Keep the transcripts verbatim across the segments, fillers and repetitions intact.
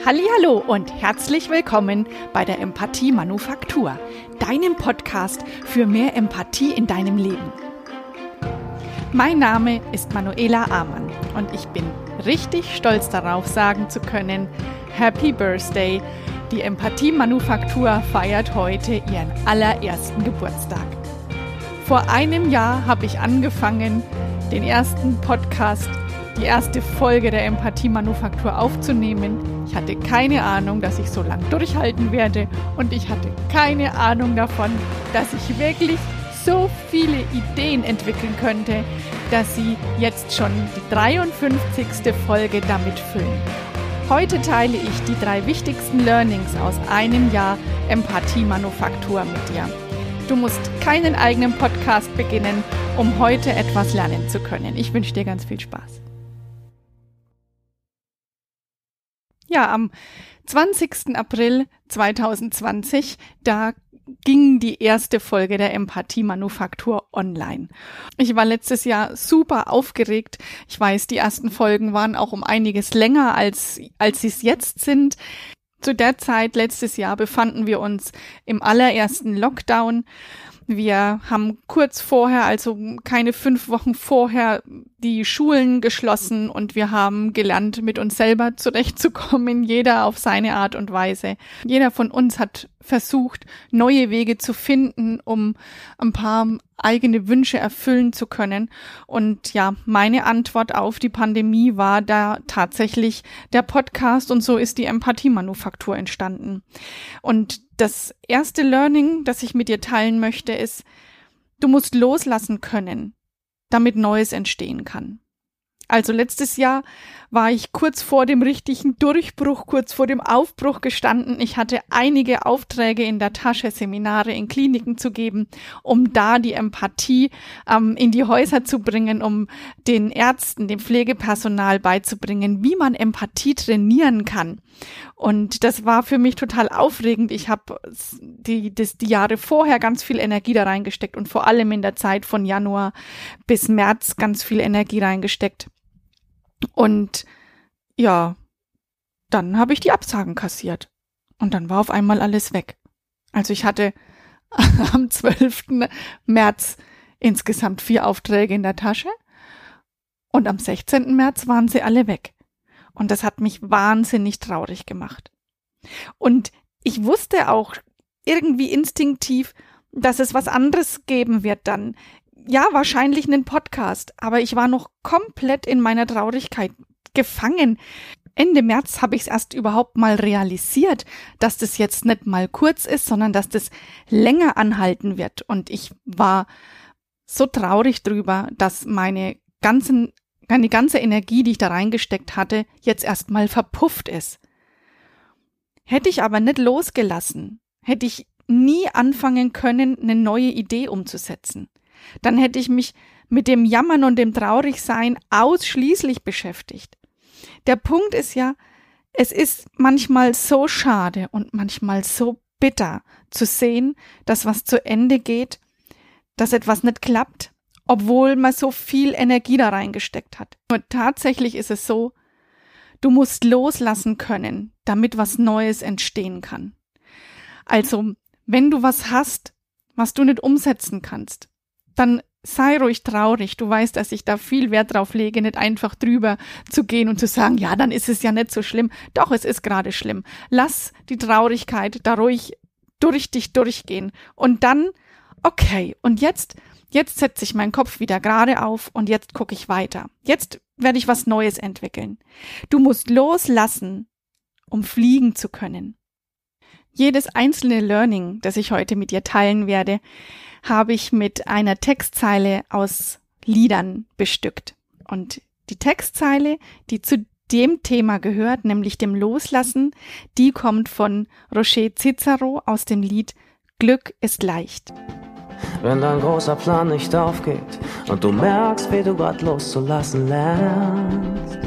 Hallihallo und herzlich willkommen bei der Empathie-Manufaktur, deinem Podcast für mehr Empathie in deinem Leben. Mein Name ist Manuela Amann und ich bin richtig stolz darauf, sagen zu können, Happy Birthday! Die Empathie-Manufaktur feiert heute ihren allerersten Geburtstag. Vor einem Jahr habe ich angefangen, den ersten Podcast, die erste Folge der Empathie-Manufaktur aufzunehmen. Ich hatte keine Ahnung, dass ich so lang durchhalten werde und ich hatte keine Ahnung davon, dass ich wirklich so viele Ideen entwickeln könnte, dass sie jetzt schon die dreiundfünfzigste Folge damit füllen. Heute teile ich die drei wichtigsten Learnings aus einem Jahr Empathie-Manufaktur mit dir. Du musst keinen eigenen Podcast beginnen, um heute etwas lernen zu können. Ich wünsche dir ganz viel Spaß. Ja, am zwanzigsten April zweitausendzwanzig, da ging die erste Folge der Empathie-Manufaktur online. Ich war letztes Jahr super aufgeregt. Ich weiß, die ersten Folgen waren auch um einiges länger, als, als sie es jetzt sind. Zu der Zeit, letztes Jahr, befanden wir uns im allerersten Lockdown. Wir haben kurz vorher, also keine fünf Wochen vorher, die Schulen geschlossen und wir haben gelernt, mit uns selber zurechtzukommen, jeder auf seine Art und Weise. Jeder von uns hat versucht, neue Wege zu finden, um ein paar eigene Wünsche erfüllen zu können. Und ja, meine Antwort auf die Pandemie war da tatsächlich der Podcast und so ist die Empathie-Manufaktur entstanden. Und das erste Learning, das ich mit dir teilen möchte, ist, du musst loslassen können, damit Neues entstehen kann. Also letztes Jahr war ich kurz vor dem richtigen Durchbruch, kurz vor dem Aufbruch gestanden. Ich hatte einige Aufträge in der Tasche, Seminare in Kliniken zu geben, um da die Empathie ähm, in die Häuser zu bringen, um den Ärzten, dem Pflegepersonal beizubringen, wie man Empathie trainieren kann. Und das war für mich total aufregend. Ich habe die, das, die Jahre vorher ganz viel Energie da reingesteckt und vor allem in der Zeit von Januar bis März ganz viel Energie reingesteckt. Und ja, dann habe ich die Absagen kassiert und dann war auf einmal alles weg. Also ich hatte am zwölften März insgesamt vier Aufträge in der Tasche und am sechzehnten März waren sie alle weg. Und das hat mich wahnsinnig traurig gemacht. Und ich wusste auch irgendwie instinktiv, dass es was anderes geben wird dann. Ja, wahrscheinlich einen Podcast, aber ich war noch komplett in meiner Traurigkeit gefangen. Ende März habe ich es erst überhaupt mal realisiert, dass das jetzt nicht mal kurz ist, sondern dass das länger anhalten wird. Und ich war so traurig drüber, dass meine ganzen, meine ganze Energie, die ich da reingesteckt hatte, jetzt erst mal verpufft ist. Hätte ich aber nicht losgelassen, hätte ich nie anfangen können, eine neue Idee umzusetzen. Dann hätte ich mich mit dem Jammern und dem Traurigsein ausschließlich beschäftigt. Der Punkt ist ja, es ist manchmal so schade und manchmal so bitter zu sehen, dass was zu Ende geht, dass etwas nicht klappt, obwohl man so viel Energie da reingesteckt hat. Und tatsächlich ist es so, du musst loslassen können, damit was Neues entstehen kann. Also, wenn du was hast, was du nicht umsetzen kannst, dann sei ruhig traurig. Du weißt, dass ich da viel Wert drauf lege, nicht einfach drüber zu gehen und zu sagen, ja, dann ist es ja nicht so schlimm. Doch, es ist gerade schlimm. Lass die Traurigkeit da ruhig durch dich durchgehen. Und dann, okay, und jetzt, jetzt setze ich meinen Kopf wieder gerade auf und jetzt gucke ich weiter. Jetzt werde ich was Neues entwickeln. Du musst loslassen, um fliegen zu können. Jedes einzelne Learning, das ich heute mit dir teilen werde, habe ich mit einer Textzeile aus Liedern bestückt. Und die Textzeile, die zu dem Thema gehört, nämlich dem Loslassen, die kommt von Roger Cicero aus dem Lied Glück ist leicht. Wenn dein großer Plan nicht aufgeht und du merkst, wie du grad loszulassen lernst.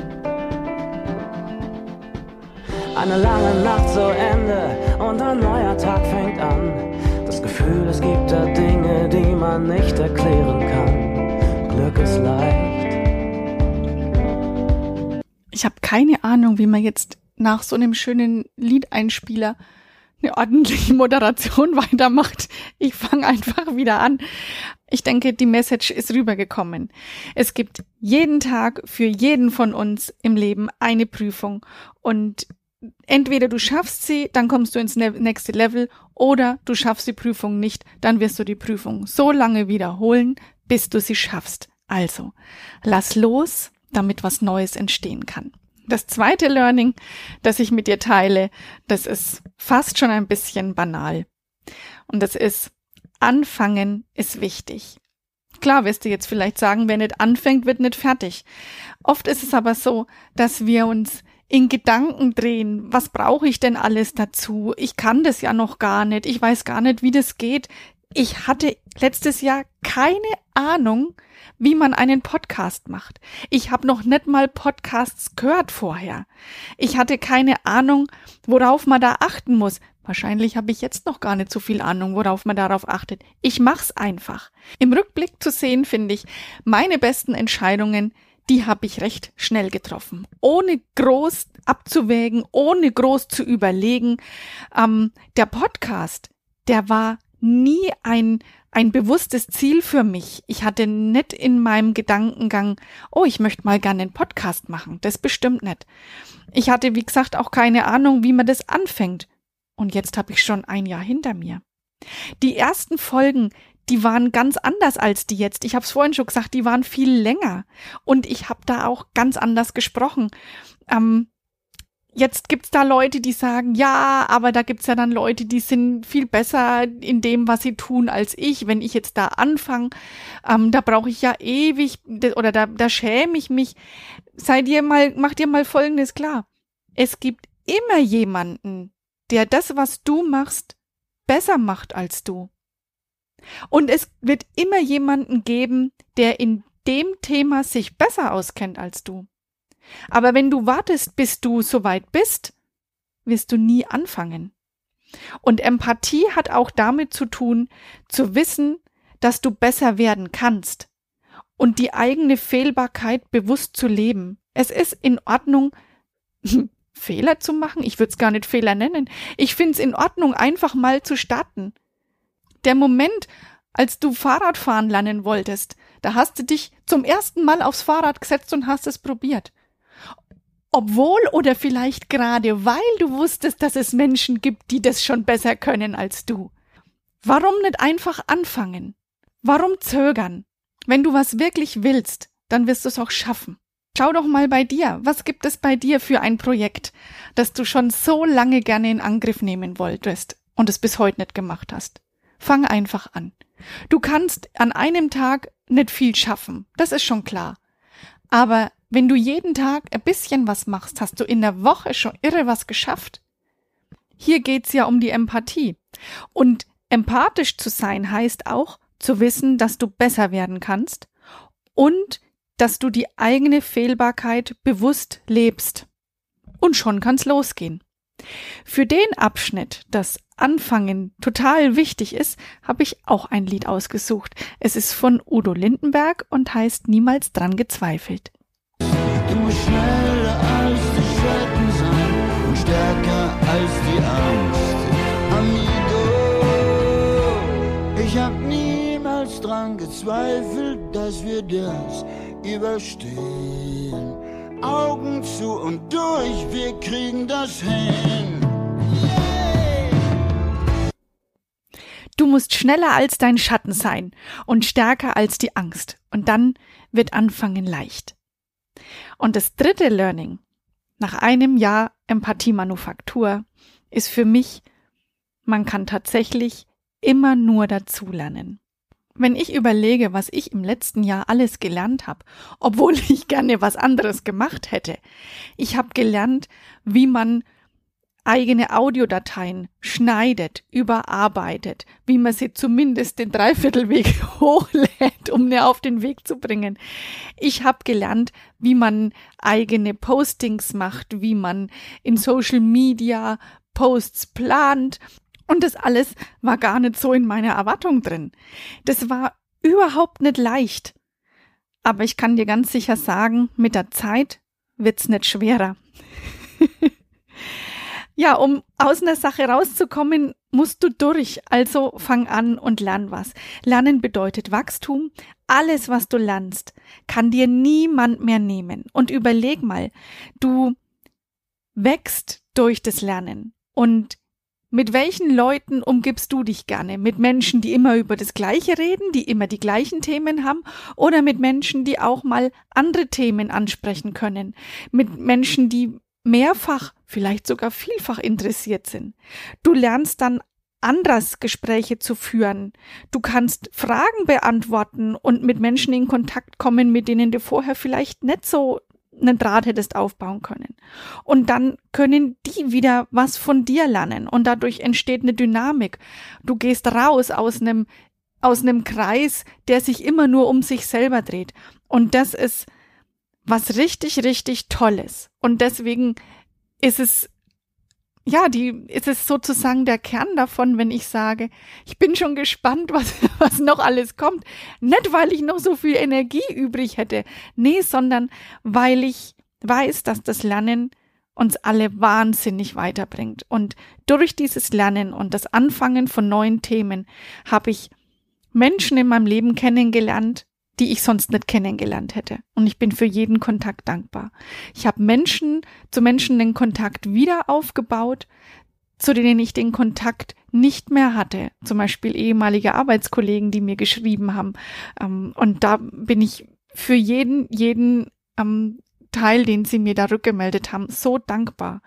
Eine lange Nacht zu Ende und ein neuer Tag fängt an. Das Gefühl, es gibt da Dinge, die man nicht erklären kann. Glück ist leicht. Ich habe keine Ahnung, wie man jetzt nach so einem schönen Liedeinspieler eine ordentliche Moderation weitermacht. Ich fange einfach wieder an. Ich denke, die Message ist rübergekommen. Es gibt jeden Tag für jeden von uns im Leben eine Prüfung und entweder du schaffst sie, dann kommst du ins nächste Level, oder du schaffst die Prüfung nicht, dann wirst du die Prüfung so lange wiederholen, bis du sie schaffst. Also, lass los, damit was Neues entstehen kann. Das zweite Learning, das ich mit dir teile, das ist fast schon ein bisschen banal. Und das ist, anfangen ist wichtig. Klar wirst du jetzt vielleicht sagen, wer nicht anfängt, wird nicht fertig. Oft ist es aber so, dass wir uns in Gedanken drehen, was brauche ich denn alles dazu? Ich kann das ja noch gar nicht, ich weiß gar nicht, wie das geht. Ich hatte letztes Jahr keine Ahnung, wie man einen Podcast macht. Ich habe noch nicht mal Podcasts gehört vorher. Ich hatte keine Ahnung, worauf man da achten muss. Wahrscheinlich habe ich jetzt noch gar nicht so viel Ahnung, worauf man darauf achtet. Ich mach's einfach. Im Rückblick zu sehen, finde ich, meine besten Entscheidungen, die habe ich recht schnell getroffen. Ohne groß abzuwägen, ohne groß zu überlegen. Ähm, der Podcast, der war nie ein ein bewusstes Ziel für mich. Ich hatte nicht in meinem Gedankengang, oh, ich möchte mal gerne einen Podcast machen. Das bestimmt nicht. Ich hatte, wie gesagt, auch keine Ahnung, wie man das anfängt. Und jetzt habe ich schon ein Jahr hinter mir. Die ersten Folgen, die waren ganz anders als die jetzt. Ich habe es vorhin schon gesagt, die waren viel länger. Und ich habe da auch ganz anders gesprochen. Ähm, Jetzt gibt's da Leute, die sagen, ja, aber da gibt's ja dann Leute, die sind viel besser in dem, was sie tun, als ich. Wenn ich jetzt da anfange, ähm, da brauche ich ja ewig, oder da, da schäme ich mich. Seid ihr mal, macht ihr mal Folgendes klar. Es gibt immer jemanden, der das, was du machst, besser macht als du. Und es wird immer jemanden geben, der in dem Thema sich besser auskennt als du. Aber wenn du wartest, bis du soweit bist, wirst du nie anfangen. Und Empathie hat auch damit zu tun, zu wissen, dass du besser werden kannst und die eigene Fehlbarkeit bewusst zu leben. Es ist in Ordnung, Fehler zu machen. Ich würde es gar nicht Fehler nennen. Ich finde es in Ordnung, einfach mal zu starten. Der Moment, als du Fahrrad fahren lernen wolltest, da hast du dich zum ersten Mal aufs Fahrrad gesetzt und hast es probiert. Obwohl oder vielleicht gerade weil du wusstest, dass es Menschen gibt, die das schon besser können als du. Warum nicht einfach anfangen? Warum zögern? Wenn du was wirklich willst, dann wirst du es auch schaffen. Schau doch mal bei dir. Was gibt es bei dir für ein Projekt, das du schon so lange gerne in Angriff nehmen wolltest und es bis heute nicht gemacht hast? Fang einfach an. Du kannst an einem Tag nicht viel schaffen, das ist schon klar. Aber wenn du jeden Tag ein bisschen was machst, hast du in der Woche schon irre was geschafft. Hier geht's ja um die Empathie. Und empathisch zu sein heißt auch, zu wissen, dass du besser werden kannst und dass du die eigene Fehlbarkeit bewusst lebst. Und schon kann's losgehen. Für den Abschnitt, das Anfangen total wichtig ist, habe ich auch ein Lied ausgesucht. Es ist von Udo Lindenberg und heißt Niemals dran gezweifelt. Du musst schneller als die Schrecken sein und stärker als die Angst. Amigo, ich hab niemals dran gezweifelt, dass wir das überstehen. Augen zu und durch, wir kriegen das hin. Du musst schneller als dein Schatten sein und stärker als die Angst. Und dann wird Anfangen leicht. Und das dritte Learning nach einem Jahr Empathie-Manufaktur ist für mich, man kann tatsächlich immer nur dazulernen. Wenn ich überlege, was ich im letzten Jahr alles gelernt habe, obwohl ich gerne was anderes gemacht hätte. Ich habe gelernt, wie man eigene Audiodateien schneidet, überarbeitet, wie man sie zumindest den Dreiviertelweg hochlädt, um sie auf den Weg zu bringen. Ich habe gelernt, wie man eigene Postings macht, wie man in Social Media Posts plant. Und das alles war gar nicht so in meiner Erwartung drin. Das war überhaupt nicht leicht. Aber ich kann dir ganz sicher sagen, mit der Zeit wird's nicht schwerer. Ja, um aus einer Sache rauszukommen, musst du durch. Also fang an und lern was. Lernen bedeutet Wachstum. Alles, was du lernst, kann dir niemand mehr nehmen. Und überleg mal, du wächst durch das Lernen. Und mit welchen Leuten umgibst du dich gerne? Mit Menschen, die immer über das Gleiche reden, die immer die gleichen Themen haben, oder mit Menschen, die auch mal andere Themen ansprechen können? Mit Menschen, die mehrfach, vielleicht sogar vielfach interessiert sind. Du lernst dann anders Gespräche zu führen. Du kannst Fragen beantworten und mit Menschen in Kontakt kommen, mit denen du vorher vielleicht nicht so einen Draht hättest aufbauen können. Und dann können die wieder was von dir lernen und dadurch entsteht eine Dynamik. Du gehst raus aus einem, aus einem Kreis, der sich immer nur um sich selber dreht. Und das ist was richtig, richtig Tolles. Und deswegen ist es, ja, die, ist es sozusagen der Kern davon, wenn ich sage, ich bin schon gespannt, was, was noch alles kommt. Nicht, weil ich noch so viel Energie übrig hätte. Nee, sondern weil ich weiß, dass das Lernen uns alle wahnsinnig weiterbringt. Und durch dieses Lernen und das Anfangen von neuen Themen habe ich Menschen in meinem Leben kennengelernt, die ich sonst nicht kennengelernt hätte. Und ich bin für jeden Kontakt dankbar. Ich habe Menschen, zu Menschen den Kontakt wieder aufgebaut, zu denen ich den Kontakt nicht mehr hatte. Zum Beispiel ehemalige Arbeitskollegen, die mir geschrieben haben. Und da bin ich für jeden, jeden Teil, den sie mir da rückgemeldet haben, so dankbar.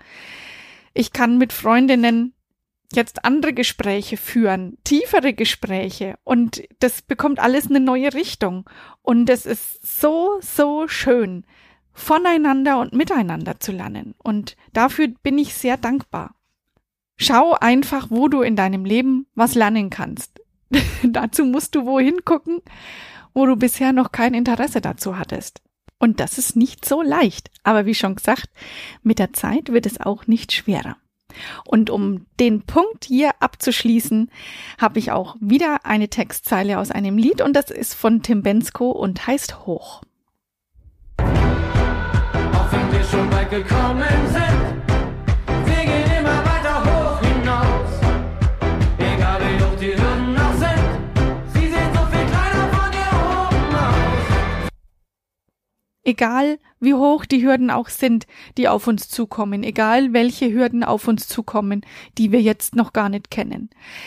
Ich kann mit Freundinnen jetzt andere Gespräche führen, tiefere Gespräche und das bekommt alles eine neue Richtung und es ist so, so schön, voneinander und miteinander zu lernen und dafür bin ich sehr dankbar. Schau einfach, wo du in deinem Leben was lernen kannst. Dazu musst du wohin gucken, wo du bisher noch kein Interesse dazu hattest. Und das ist nicht so leicht, aber wie schon gesagt, mit der Zeit wird es auch nicht schwerer. Und um den Punkt hier abzuschließen, habe ich auch wieder eine Textzeile aus einem Lied und das ist von Tim Bendzko und heißt Hoch. Auch wenn wir schon weit gekommen sind, wir gehen immer weiter hoch hinaus. Egal wie hoch die Hürden noch sind, sie sehen so viel kleiner von hier oben aus. Egal wie hoch die Hürden auch sind, die auf uns zukommen, egal welche Hürden auf uns zukommen, die wir jetzt noch gar nicht kennen,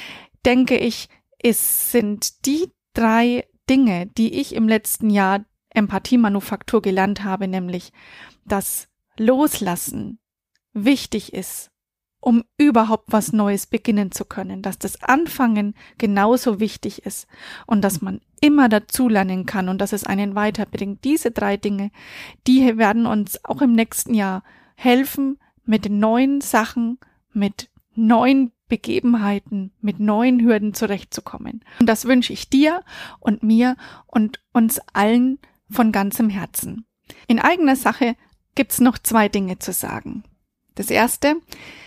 denke ich, es sind die drei Dinge, die ich im letzten Jahr Empathie-Manufaktur gelernt habe, nämlich, dass Loslassen wichtig ist, um überhaupt was Neues beginnen zu können, dass das Anfangen genauso wichtig ist und dass man immer dazulernen kann und dass es einen weiterbringt. Diese drei Dinge, die werden uns auch im nächsten Jahr helfen, mit neuen Sachen, mit neuen Begebenheiten, mit neuen Hürden zurechtzukommen. Und das wünsche ich dir und mir und uns allen von ganzem Herzen. In eigener Sache gibt's noch zwei Dinge zu sagen. Das erste: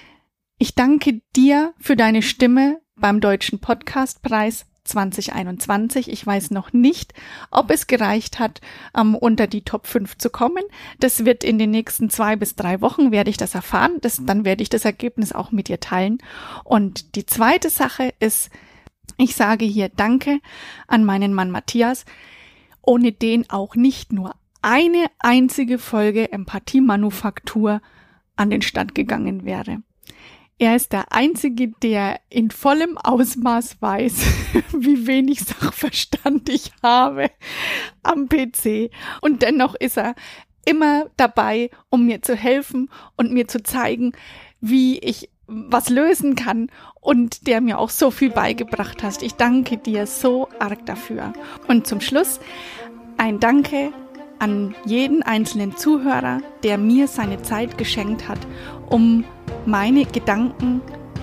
Ich danke dir für deine Stimme beim Deutschen Podcastpreis zwanzig einundzwanzig. Ich weiß noch nicht, ob es gereicht hat, um unter die Top fünf zu kommen. Das wird in den nächsten zwei bis drei Wochen, werde ich das erfahren. Das, dann werde ich das Ergebnis auch mit dir teilen. Und die zweite Sache ist, ich sage hier Danke an meinen Mann Matthias, ohne den auch nicht nur eine einzige Folge Empathie-Manufaktur an den Start gegangen wäre. Er ist der Einzige, der in vollem Ausmaß weiß, wie wenig Sachverstand ich habe am P C. Und dennoch ist er immer dabei, um mir zu helfen und mir zu zeigen, wie ich was lösen kann und der mir auch so viel beigebracht hast. Ich danke dir so arg dafür. Und zum Schluss ein Danke an jeden einzelnen Zuhörer, der mir seine Zeit geschenkt hat, um meine Gedanken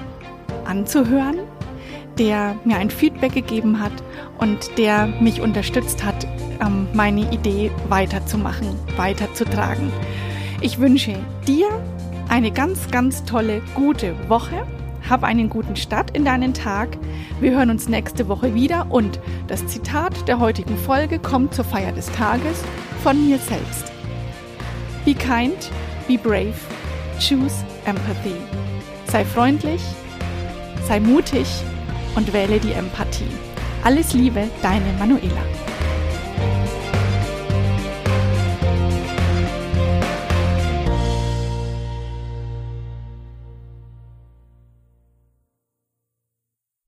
anzuhören, der mir ein Feedback gegeben hat und der mich unterstützt hat, meine Idee weiterzumachen, weiterzutragen. Ich wünsche dir eine ganz, ganz tolle, gute Woche. Hab einen guten Start in deinen Tag. Wir hören uns nächste Woche wieder und das Zitat der heutigen Folge kommt zur Feier des Tages von mir selbst. Be kind, be brave, choose empathy. Sei freundlich, sei mutig und wähle die Empathie. Alles Liebe, deine Manuela.